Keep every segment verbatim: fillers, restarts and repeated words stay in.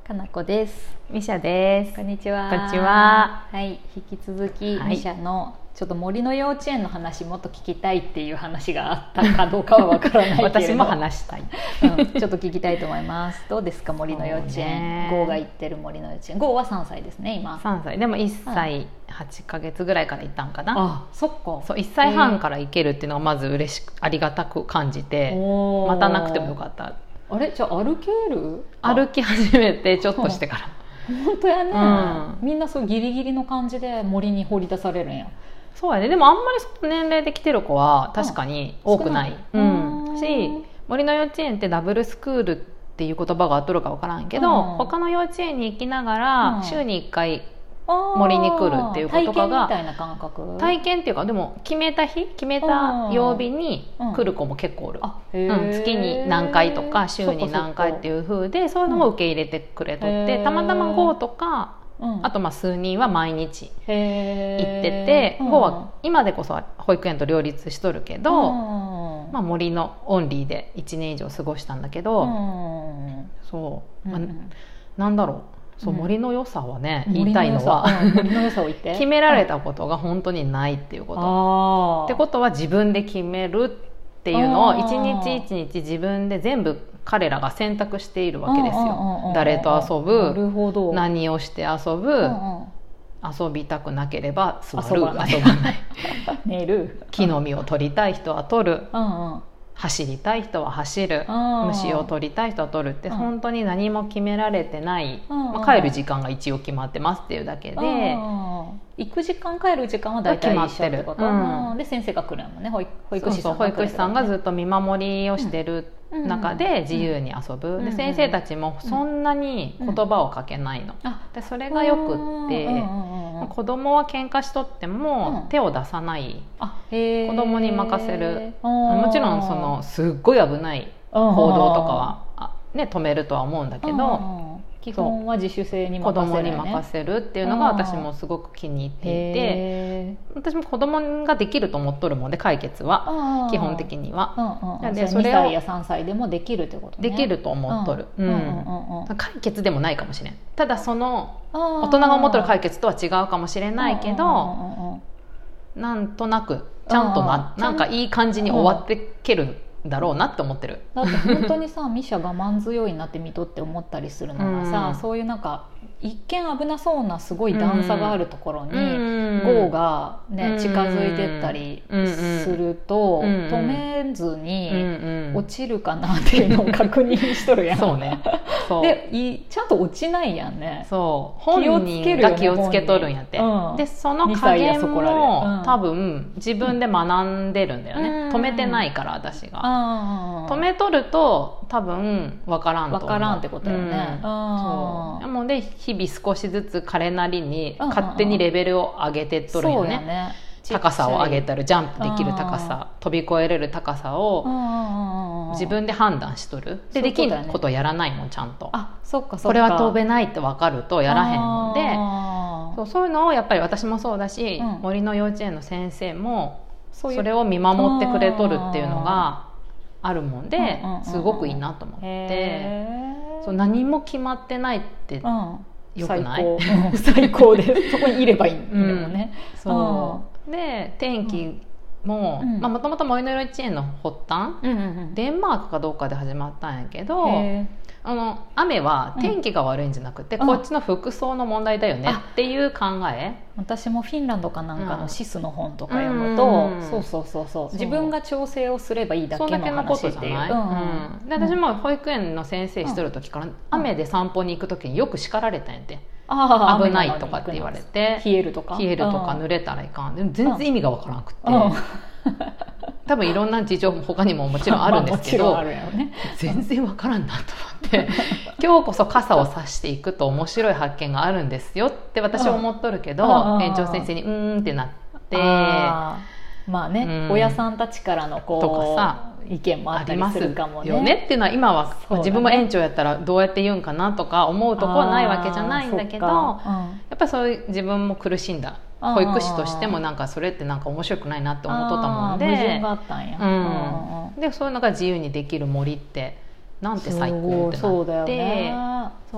かなこです。 ミシャです。 こんにちは。 こんにちは。 はい、引き続き、 はい、 ミシャのちょっと森の幼稚園の話もっと聞きたいっていう話があったかどうかはわからないけれど私も話したい、 うん、ちょっと聞きたいと思います。どうですか森の幼稚園。ゴーが行ってる森の幼稚園。ゴーはさんさいですね今。 さんさいでもいっさいはちかげつぐらいから行ったんかな。 あ、そっか。 そういっさいはんから行けるっていうのがまず嬉しくありがたく感じて、待たなくてもよかった。 あれじゃあ歩ける？ 歩き始めてちょっとしてから本当やね、 うん、みんなそうギリギリの感じで森に放り出されるんや。 そうやね。でもあんまりその年齢で来てる子は確かに多くない、うん、うん、し森の幼稚園ってダブルスクールっていう言葉があっとるか分からんけど、うん、他の幼稚園に行きながら週にいっかい森に来るっていうことかが体験みたいな感覚。 体験っていうかでも決めた日決めた曜日に来る子も結構おる、うんうん、月に何回とか週に何回っていう風でそういうのも受け入れてくれとって、うん、たまたまゴーとか、うん、あとまあ数人は毎日行ってて、ゴーは今でこそ保育園と両立しとるけど、うん、まあ、森のオンリーでいちねん以上過ごしたんだけど、うん、そう、まあ、なんだろうそう、うん、森の良さはね言いたいのは森の良さを言って決められたことが本当にないっていうこと、ってことは自分で決めるっていうのを一日一日自分で全部彼らが選択しているわけですよ。誰と遊ぶ、何をして遊ぶ、遊びたくなければ座る、遊ばない寝る、 木の実を取りたい人は取る、うんうん、走りたい人は走る、虫を取りたい人は取るって、うん、本当に何も決められてない、うんまあ、帰る時間が一応決まってますっていうだけで、 行く時間帰る時間は大体一緒ってこと、うん、で先生が来るもんね。保育士さんが来る、ね、 そうそう、保育士さんがずっと見守りをしてる中で自由に遊ぶ、うん、で先生たちもそんなに言葉をかけないの、うん、でそれがよくって、うん、子供は喧嘩しとっても手を出さない、うん、子供に任せる。もちろんそのすっごい危ない行動とかは、ね、止めるとは思うんだけど、 基本は自主性に任せる、ね、 子供に任せるっていうのが私もすごく気に入っていて、私も子供ができると思っとるもんで、解決は基本的には、 うんうん、でそれをにさいやさんさいでもできるってことね。 できると思っとる、うんうんうん、解決でもないかもしれん。ただその大人が思っとる解決とは違うかもしれないけど、なんとなくちゃんと な, なんかいい感じに終わってけるだろうなって思ってる。 だって本当にさミシャ我慢強いなって見とって思ったりするのがさ、うん、そういうなんか一見危なそうなすごい段差があるところに、うん、ゴーが、ね、近づいてったりすると、うん、止めずに落ちるかなっていうのを確認しとるやん。 そうね。そうでいちゃんと落ちないやんね。 そう、本人が気をつけとるんやって、うん、でその加減も、うん、多分自分で学んでるんだよね、うん、止めてないから私が、うん、止めとると多分分からんと思う。 分からんってことよね、うん、 そうなので日々少しずつ彼なりに勝手にレベルを上げてっとるんよね、うんうんね、高さを上げたりジャンプできる高さ、飛び越えれる高さを自分で判断しとる。でできんことやらないもんちゃんと。 あ、そっかそっか。 これは飛べないって分かるとやらへんので、そう、そういうのをやっぱり私もそうだし、うん、森の幼稚園の先生もそれを見守ってくれとるっていうのがあるもんで、すごくいいなと思って、そう何も決まってないってよくない？ 最高、最高です。そこにいればいいんだもんね、 うん、そうで天気も、うん、まあ、もともと森の幼稚園の発端、うんうんうん、デンマークかどうかで始まったんやけど、あの雨は天気が悪いんじゃなくて、うん、こっちの服装の問題だよねっていう考え。 私もフィンランドかなんかのシスの本とか読むと、うん、そうそうそうそう、自分が調整をすればいいだけの話っていう。 で私も保育園の先生しとる時から、うん、雨で散歩に行く時によく叱られたんやって、あ危ないとかって言われて、 冷えるとか冷えるとか濡れたらいかん。でも全然意味がわからなくて、うん多分いろんな事情も他にももちろんあるんですけど、ね、全然わからんなと思って今日こそ傘を差していくと面白い発見があるんですよって私は思っとるけど、園長先生にうーんってなって、あまあね、うん、親さんたちからのこうとかさ意見もあったりするかもね。 よねっていうのは今は、ね、自分も園長やったらどうやって言うんかなとか思うとこはないわけじゃないんだけど、うん、やっぱりそういう自分も苦しんだ保育士としてもなんかそれってなんか面白くないなって思っとったもんで、 矛盾があったんや、 うんうん、でそういうのが自由にできる森ってなんて最高ってなって、そうだよね、そうで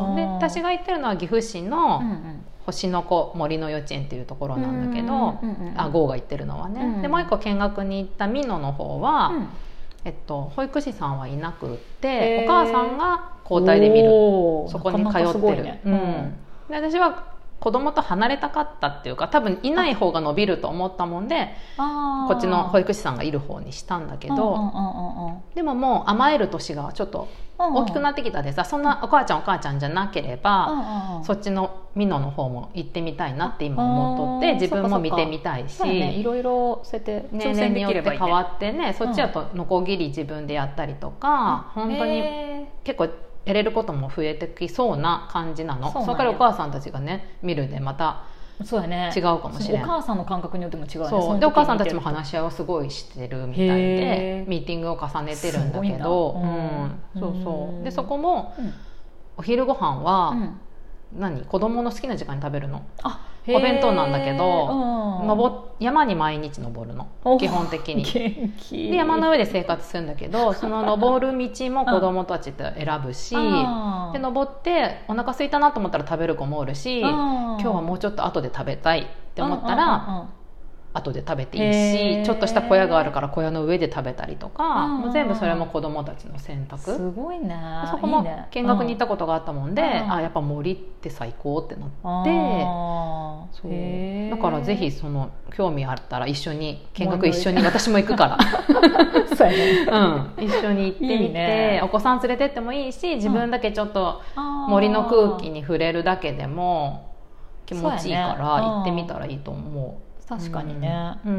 私が行ってるのは岐阜市の、 うんうん、 星の子森の幼稚園っていうところなんだけど、 うんうんうん、 あゴーが行ってるのはね、うんうん、でもう一個見学に行った美濃の方は、うん、えっと、保育士さんはいなくってお母さんが交代で見る、そこに通ってる、ね、うん、で私は子供と離れたかったっていうか多分いない方が伸びると思ったもんでこっちの保育士さんがいる方にしたんだけど、でももう甘える年がちょっと大きくなってきたでさ、そんなお母ちゃんお母ちゃんじゃなければそっちの美濃の方も行ってみたいなって今思っとって自分も見てみたいし、 ね、いろいろそうやって年齢によって変わってね、そっちだとノコギリ自分でやったりとか、うん、本当に結構やれることも増えてきそうな感じなの。 そ, それからお母さんたちがね見るでまたそうやね、 違うかもしれない。 お母さんの感覚によっても違うね。 そうでお母さんたちも話し合いをすごいしてるみたいでミーティングを重ねてるんだけど、うん、そうそうでそこも、うん、お昼ご飯は、うん、何子供の好きな時間に食べるの。あお弁当なんだけど、うん、登山に毎日登るの基本的に。元気で山の上で生活するんだけどその登る道も子供たちって選ぶし、うん、で登ってお腹空いたなと思ったら食べる子もおるし、うん、今日はもうちょっと後で食べたいって思ったら、うんうんうんうん後で食べていいし、ちょっとした小屋があるから小屋の上で食べたりとか、もう全部それも子どもたちの選択。 すごいね。 そこも見学に行ったことがあったもんで、いいね、あやっぱ森って最高ってなって、そうだからぜひその興味あったら一緒に見学一緒に私も行くからそうやね、うん、一緒に行ってみていい、ね、お子さん連れてってもいいし自分だけちょっと森の空気に触れるだけでも気持ちいいから行ってみたらいいと思う。 確かにね、 うん、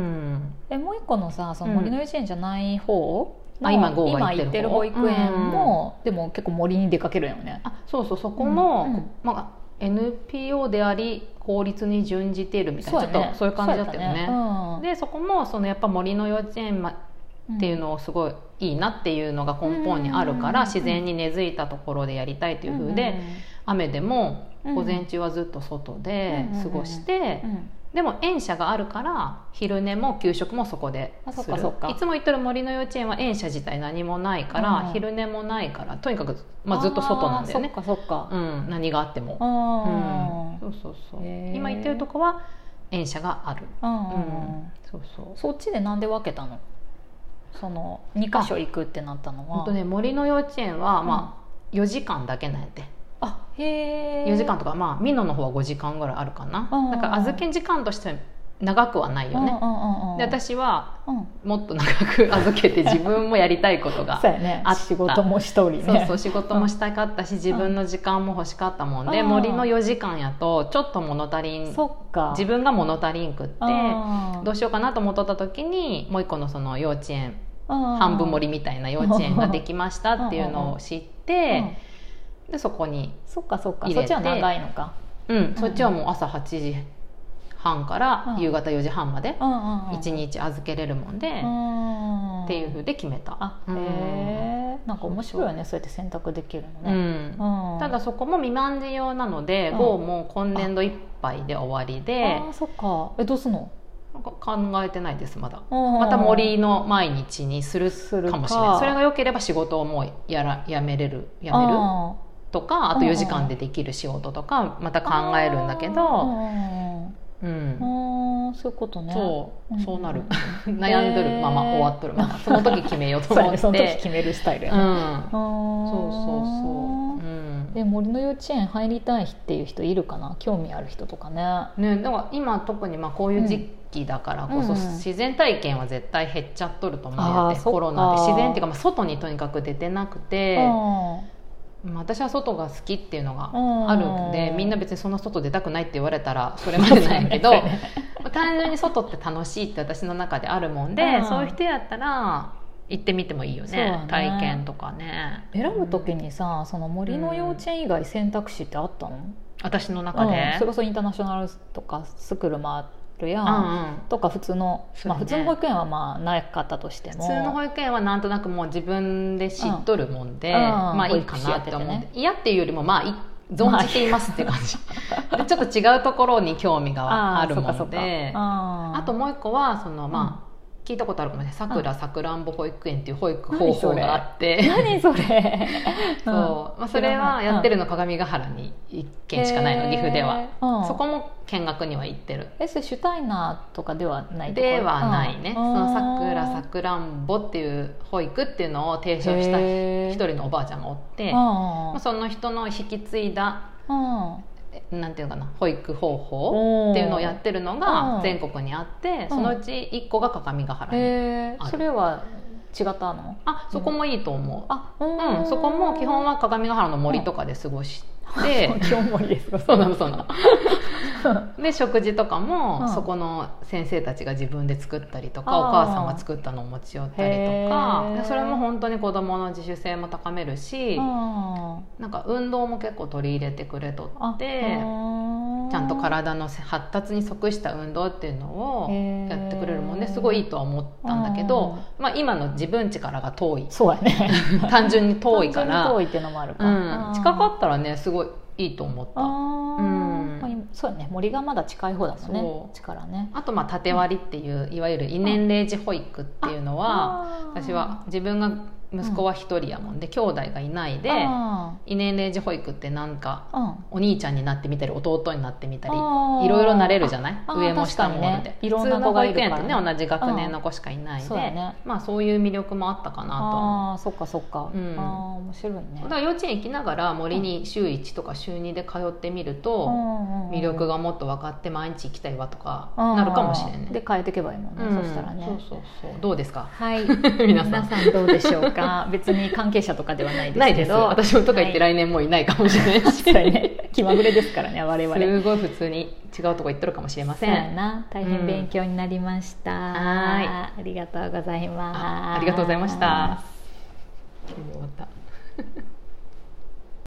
えもう一個のさその森の幼稚園じゃない方、 うん、あ今ゴーが行ってる保育園も、うん、でも結構森に出かけるよね。 あそうそうそこも、うんうんまあ、エヌピーオー であり公立に準じているみたいな、ね、ちょっとそういう感じだったよね。そ, ね、うん、でそこもそのやっぱ森の幼稚園っていうのをすごいいいなっていうのが根本にあるから、うん、自然に根付いたところでやりたいという風で、うん、雨でも午前中はずっと外で過ごして、うんうんうんでも園舎があるから昼寝も給食もそこでする。そっかそっか。いつも行ってる森の幼稚園は園舎自体何もないから、うん、昼寝もないからとにかく、まあ、ずっと外なんだよね。 そっかそっか、 うん、何があっても、うん、そうそうそう今行ってるとこは園舎がある、うんうん、 そうそうそっちでなんで分けたの？そのにかしょ行くってなったのは。 ほんとね、森の幼稚園は、まあ、よじかんだけなんやって。 あへよじかんとか、まあ、美濃の方はごじかんぐらいあるかな。だから預け時間として長くはないよね。で私はもっと長く預けて自分もやりたいことがあった。 ね、仕事もしとりね。 そうそう仕事もしたかったし自分の時間も欲しかったもんで、森のよじかんやとちょっと物足りん、そっか自分が物足りんくってどうしようかなと思っとった時にもう一個のその幼稚園半分森みたいな幼稚園ができましたっていうのを知ってでそこにそっかそっかそっちは長いのか、 うん、そっちはもう朝はちじはんから夕方よじはんまでいちにち預けれるもんでっていう風で決めた。 あへえ、なんか面白いよね、そうやって選択できるのね、 うんうん、ただそこも未満児用なので、うん、ゴーも今年度いっぱいで終わりで。 ああそっか。えどうすんの？ 考えてないですまだ。また森の毎日にするかもしれない。それが良ければ仕事をもうやらやめれるやめるとか、あとよじかんでできる仕事とかまた考えるんだけど、うん、 あそういうことね。 そうそうなる悩んどるまま終わっとるままその時決めようと思ってその時決めるスタイルやね、うん、 そうそうそう、うん、 で森の幼稚園入りたいっていう人いるかな、興味ある人とかね。 ねだから今特にまあこういう時期だからこそ、うん、自然体験は絶対減っちゃっとると思うんやって。コロナで自然っていうか、まあ、外にとにかく出てなくて、私は外が好きっていうのがあるんで、みんな別にそんな外出たくないって言われたらそれまでなんやけど単純に外って楽しいって私の中であるもんで、そういう人やったら行ってみてもいいよ ね, ね体験とかね。 選ぶ時にさ、その森の幼稚園以外選択肢ってあったの？ 私の中で、うん、 それこそインターナショナルとかスクールもあるやん、うんうん、とか普通の、ね、まあ、普通の保育園はまあなかったとしても普通の保育園はなんとなくもう自分で知っとるもんで、うん、まあいいかなって思って、ね、嫌っていうよりもまあ存じていますって感じ、まあ、ちょっと違うところに興味があるもんで、 あ, あともう一個はその、まあ、 聞いたことあるかもね、さくらさくらんぼ保育園っていう保育方法があって何それそう、まあ、それはやってるの鏡ヶ原にいっけんしかないの、岐阜では、うん、そこも見学には行ってる。 え、それシュタイナーとかではないところではないね、うん、そのさくらさくらんぼっていう保育っていうのを提唱した一人のおばあちゃんがおって、まあ、その人の引き継いだ、うんなんていうかな、保育方法っていうのをやってるのが全国にあって、そのうちいっこが各務原にある。 それは違ったの？ あ、そこもいいと思う。あ、うん、そこも基本は各務原の森とかで過ごして、 基本森ですか？ そうなのそうなので食事とかもそこの先生たちが自分で作ったりとか、お母さんが作ったのを持ち寄ったりとか、それも本当に子どもの自主性も高めるし、なんか運動も結構取り入れてくれとって、ちゃんと体の発達に即した運動っていうのをやってくれるもんね、すごいいいとは思ったんだけど、まあ、今の自分家からが遠い。 そうやね単純に遠いから遠いっていうのもあるか、 うん、近かったらねすごいいいと思った。 うん、そうやね、森がまだ近い方だもんね、力ね。 あとまあ縦割りっていう、いわゆる異年齢児保育っていうのは、私は自分が息子は一人やもんで、うん、兄弟がいないで、異年齢児保育ってなんか、うん、お兄ちゃんになってみたり弟になってみたりいろいろなれるじゃない、上も下もで、ね、 いろんな子がいるから、 普通の保育園とね同じ学年の子しかいないで、そうね、まあそういう魅力もあったかなと。 あ、そっかそっか、うん、あ、面白いね。 だから幼稚園行きながら森に週いちとか週にで通ってみると、魅力がもっと分かって毎日行きたいわとかなるかもしれないね。 で変えていけばいいもんね、うん、そしたらね。 そうそうそう、どうですか？ はい皆さん皆さんどうでしょうか別に関係者とかではないですけど、 ないです。私もとか言って来年もういないかもしれないし、 はいね、気まぐれですからね我々。 すごい普通に違うとこ行ってるかもしれません。 そうやな、大変勉強になりました、うん、はいありがとうございます。 あ、ありがとうございました。今日も終わった